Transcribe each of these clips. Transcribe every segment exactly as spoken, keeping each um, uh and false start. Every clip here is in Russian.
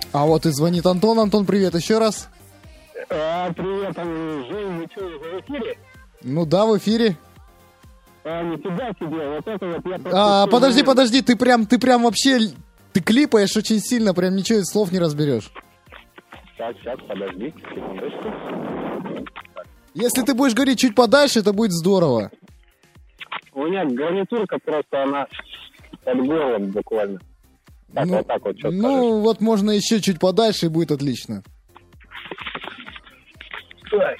А вот и звонит Антон. Антон, привет еще раз. А, привет, Жень, вы что, в эфире? Ну да, в эфире. А, нифига себе, вот это вот я... А, подожди, подожди, ты прям, ты прям вообще, ты клипаешь очень сильно, прям ничего из слов не разберешь. Так, сейчас, подожди, секундочку. Если ты будешь говорить чуть подальше, это будет здорово. У меня гарнитурка просто, она под горлом буквально. Так, ну, вот так вот, что Ну, скажешь? вот можно еще чуть подальше, и будет отлично. Ой.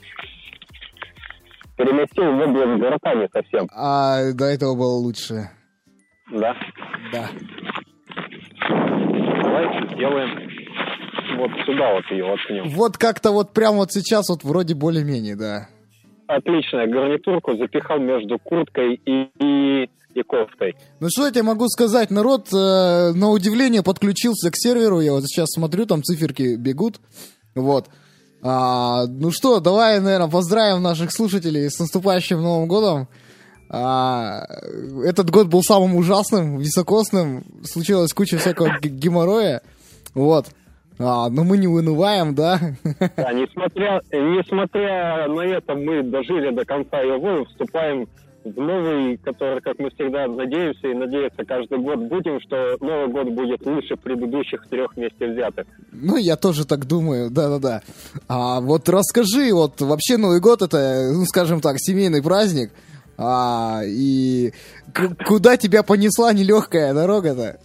Переместил в область городка не совсем. А до этого было лучше. Да? Да. Давай сделаем вот сюда вот ее воткнем. Вот как-то вот прям вот сейчас вот вроде более-менее, да. Отлично, гарнитурку запихал между курткой и, и, и кофтой. Ну что я тебе могу сказать, народ э, на удивление подключился к серверу, я вот сейчас смотрю, там циферки бегут, вот. А, ну что, давай, наверное, поздравим наших слушателей с наступающим Новым годом. А, этот год был самым ужасным, високосным, случилась куча всякого геморроя, вот. А, но мы не унываем, да? Да, несмотря, несмотря на это, мы дожили до конца его и вступаем в новый, который, как мы всегда надеемся и надеяться каждый год будем, что Новый год будет лучше предыдущих трех вместе взятых. Ну, я тоже так думаю, да-да-да. А вот расскажи, вот вообще Новый год это, ну, скажем так, семейный праздник, а, и к- куда тебя понесла нелегкая дорога-то?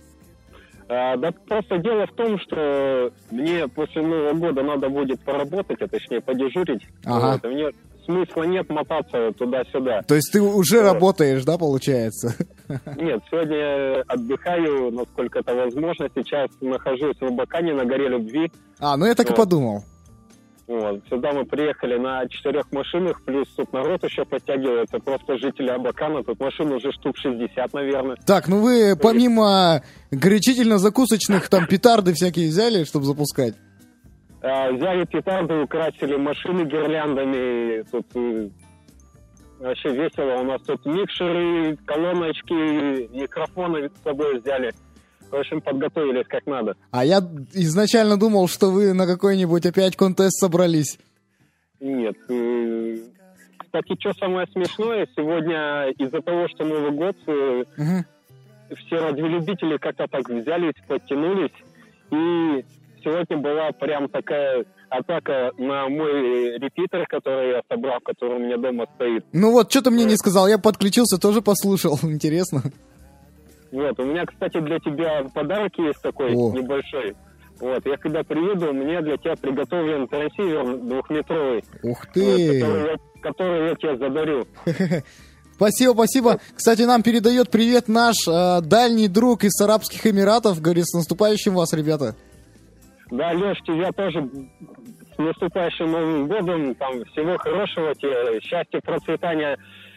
А, да просто дело в том, что мне после Нового года надо будет поработать, а точнее подежурить. Ага. Вот, и мне смысла нет мотаться туда-сюда. То есть ты уже Вот. работаешь, да, получается? Нет, сегодня отдыхаю, насколько это возможно. Сейчас нахожусь в Абакане на горе Любви. А, ну я так и Вот. подумал. Вот. Сюда мы приехали на четырех машинах, плюс тут народ еще подтягивается, просто жители Абакана. Тут машин уже штук шестьдесят, наверное. Так, ну вы помимо горячительно-закусочных там петарды всякие взяли, чтобы запускать? А, взяли петарды, украсили машины гирляндами. Тут э, вообще весело. У нас тут микшеры, колоночки, микрофоны с собой взяли. В общем, подготовились как надо. А я изначально думал, что вы на какой-нибудь опять контест собрались. Нет. э, Кстати, что самое смешное, сегодня из-за того, что Новый год, э, Угу. все радиолюбители как-то так взялись, подтянулись. И сегодня была прям такая атака на мой репитер, который я собрал, который у меня дома стоит. Ну вот, что ты мне не сказал, я подключился, тоже послушал, интересно. Вот, у меня, кстати, для тебя подарок есть такой О. небольшой. Вот, я когда приеду, у меня для тебя приготовлен трансивер двухметровый. Ух Вот, ты! который, я, который я тебе задарю. Спасибо, спасибо. Кстати, нам передает привет наш э, дальний друг из Арабских Эмиратов. Говорит, с наступающим вас, ребята. Да, Леш, тебя тоже с наступающим Новым годом. Там всего хорошего тебе, счастья, процветания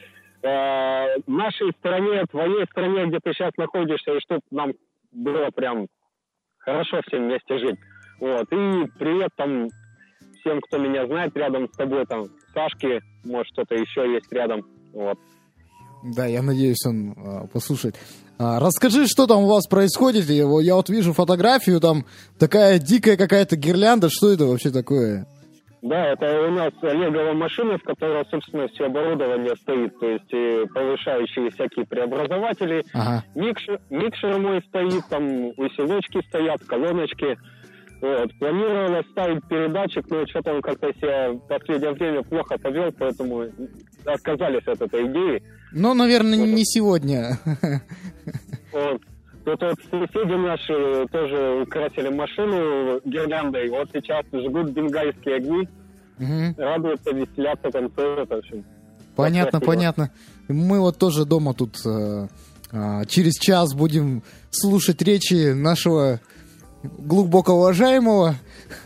э, нашей стране, твоей стране, где ты сейчас находишься, и чтобы нам было прям хорошо всем вместе жить. Вот. И привет там всем, кто меня знает рядом с тобой, там, Сашке, может, что-то еще есть рядом. Вот. Да, я надеюсь, он э, послушает. А, расскажи, что там у вас происходит. Я, я вот вижу фотографию, там такая дикая какая-то гирлянда. Что это вообще такое? Да, это у нас леговая машина, в которой, собственно, все оборудование стоит, то есть э, повышающие всякие преобразователи, Ага. микшер, микшер мой стоит, там усилочки стоят, колоночки. Вот. Планировалось ставить передатчик, но что-то он как-то себя в последнее время плохо повел, поэтому отказались от этой идеи. Ну, наверное, Вот. не сегодня. Вот. Тут вот соседи наши тоже украсили машину гирляндой. Вот сейчас жгут бенгальские огни, Мгм. радуются, веселятся, танцуют. В общем. Понятно, Красиво. понятно. Мы вот тоже дома тут э, э, через час будем слушать речи нашего глубоко уважаемого.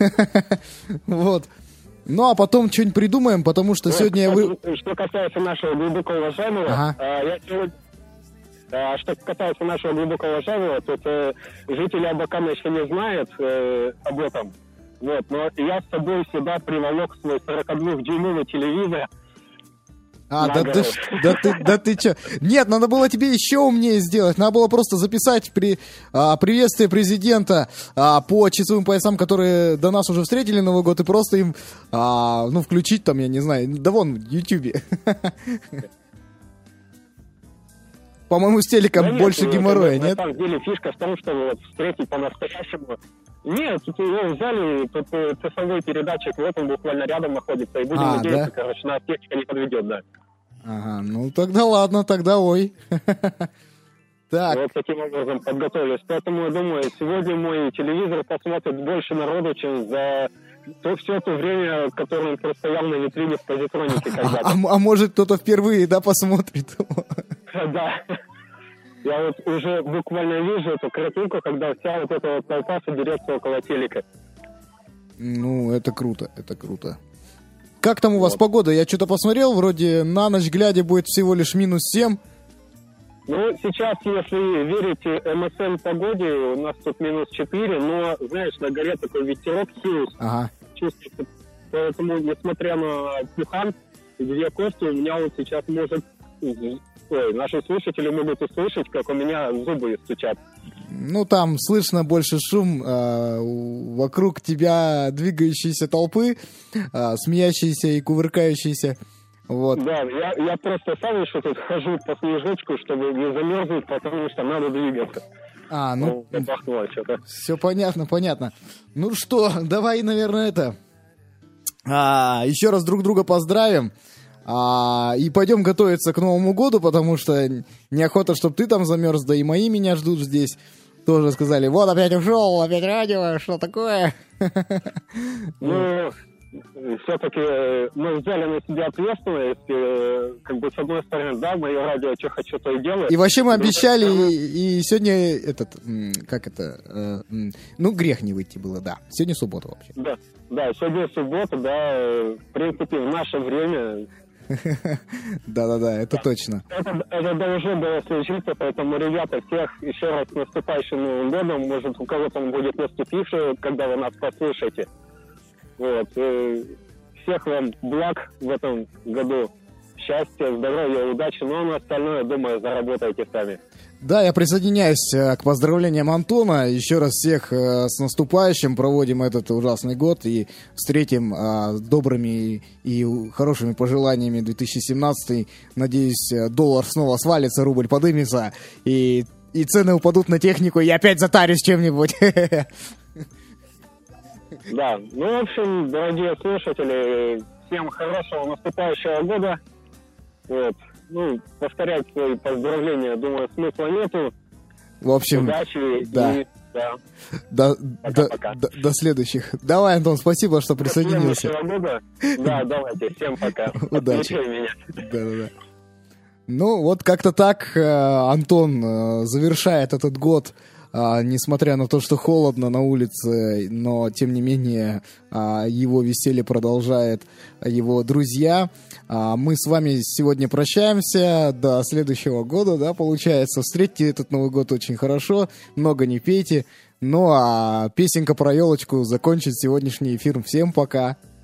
Вот. Ну, а потом что-нибудь придумаем, потому что сегодня вы... Кстати, что касается нашего глубоко уважаемого, Ага. а, я сегодня... а, что касается нашего глубоко уважаемого, тут э, жители Абакана еще не знают э, об этом. Вот, но я с собой сюда приволок свой сорокадвухдюймовый телевизор. А, да ты, да ты, да ты чё? Нет, надо было тебе еще умнее сделать. Надо было просто записать при, а, приветствие президента а, по часовым поясам, которые до нас уже встретили Новый год, и просто им, а, ну, включить там, я не знаю, да вон, в Ютубе. По-моему, с телеком да больше нет, геморроя, это, нет? На самом деле фишка в том, что вот встретить по-настоящему... Нет, тут его взяли, тут цифровой передатчик в этом буквально рядом находится, и будем а, надеяться, да? короче, нас техника не подведет, да. Ага, ну тогда ладно, тогда ой. Так. Вот таким образом подготовились. Поэтому, я думаю, сегодня мой телевизор посмотрит больше народу, чем за то все то время, которое он простоял на витрине в позитронике когда-то. А, а, а может, кто-то впервые, да, посмотрит? Да. Я вот уже буквально вижу эту картинку, когда вся вот эта вот толпа соберется около телека. Ну, это круто, это круто. Как там у вас вот. Погода? Я что-то посмотрел, вроде на ночь глядя будет всего лишь минус семь. Ну, сейчас, если верите эм эс эм погоде, у нас тут минус четыре, но, знаешь, на горе такой ветерок силус. Ага. Чувствуется. Поэтому, несмотря на Пухан, две кости, у меня вот сейчас может... Ой, наши слушатели могут услышать, как у меня зубы стучат. Ну, там слышно больше шум э, вокруг тебя двигающейся толпы, э, смеящейся и кувыркающейся. Вот. Да, я, я просто сам еще тут хожу по снежочку, чтобы не замерзнуть, потому что надо двигаться. А, ну, ну пахнуло что-то. Все понятно, понятно. Ну что, давай, наверное, это... А, еще раз друг друга поздравим. А, и пойдем готовиться к Новому году, потому что неохота, чтобы ты там замерз, да и мои меня ждут здесь. Тоже сказали, вот опять ушел, опять радио, что такое? Ну, все-таки мы взяли на себя ответственность, как бы с одной стороны, да, мое радио, что хочу, то и делаю. И вообще мы обещали, и, и сегодня этот, как это, ну, грех не выйти было, да. Сегодня суббота вообще. Да, да, сегодня суббота, да, в принципе, в наше время... Да-да-да, это точно. Это, это должно было случиться, поэтому, ребята, всех еще раз с наступающим Новым годом, может, у кого-то он будет наступивший, когда вы нас послушаете. Вот. И всех вам благ в этом году, счастья, здоровья, удачи, но на остальное, думаю, заработаете сами. Да, я присоединяюсь к поздравлениям Антона. Еще раз всех с наступающим. Проводим этот ужасный год и встретим с добрыми и хорошими пожеланиями две тысячи семнадцатый. Надеюсь, доллар снова свалится, рубль подымется, и, и цены упадут на технику, и я опять затарюсь чем-нибудь. Да, ну, в общем, дорогие слушатели, всем хорошего наступающего года. Вот. Ну, повторять свои поздравления, думаю, смысла нету. В общем, удачи да. И, да. До, до, до, до следующих. Давай, Антон, спасибо, что присоединился. До следующего года. Да, давайте, всем пока. Удачи. Да-да-да. Ну, вот как-то так Антон завершает этот год, несмотря на то, что холодно на улице, но, тем не менее, его веселье продолжает его друзья. Мы с вами сегодня прощаемся до следующего года, да, получается. Встретьте этот Новый год очень хорошо, много не пейте. Ну, а песенка про елочку закончит сегодняшний эфир. Всем пока!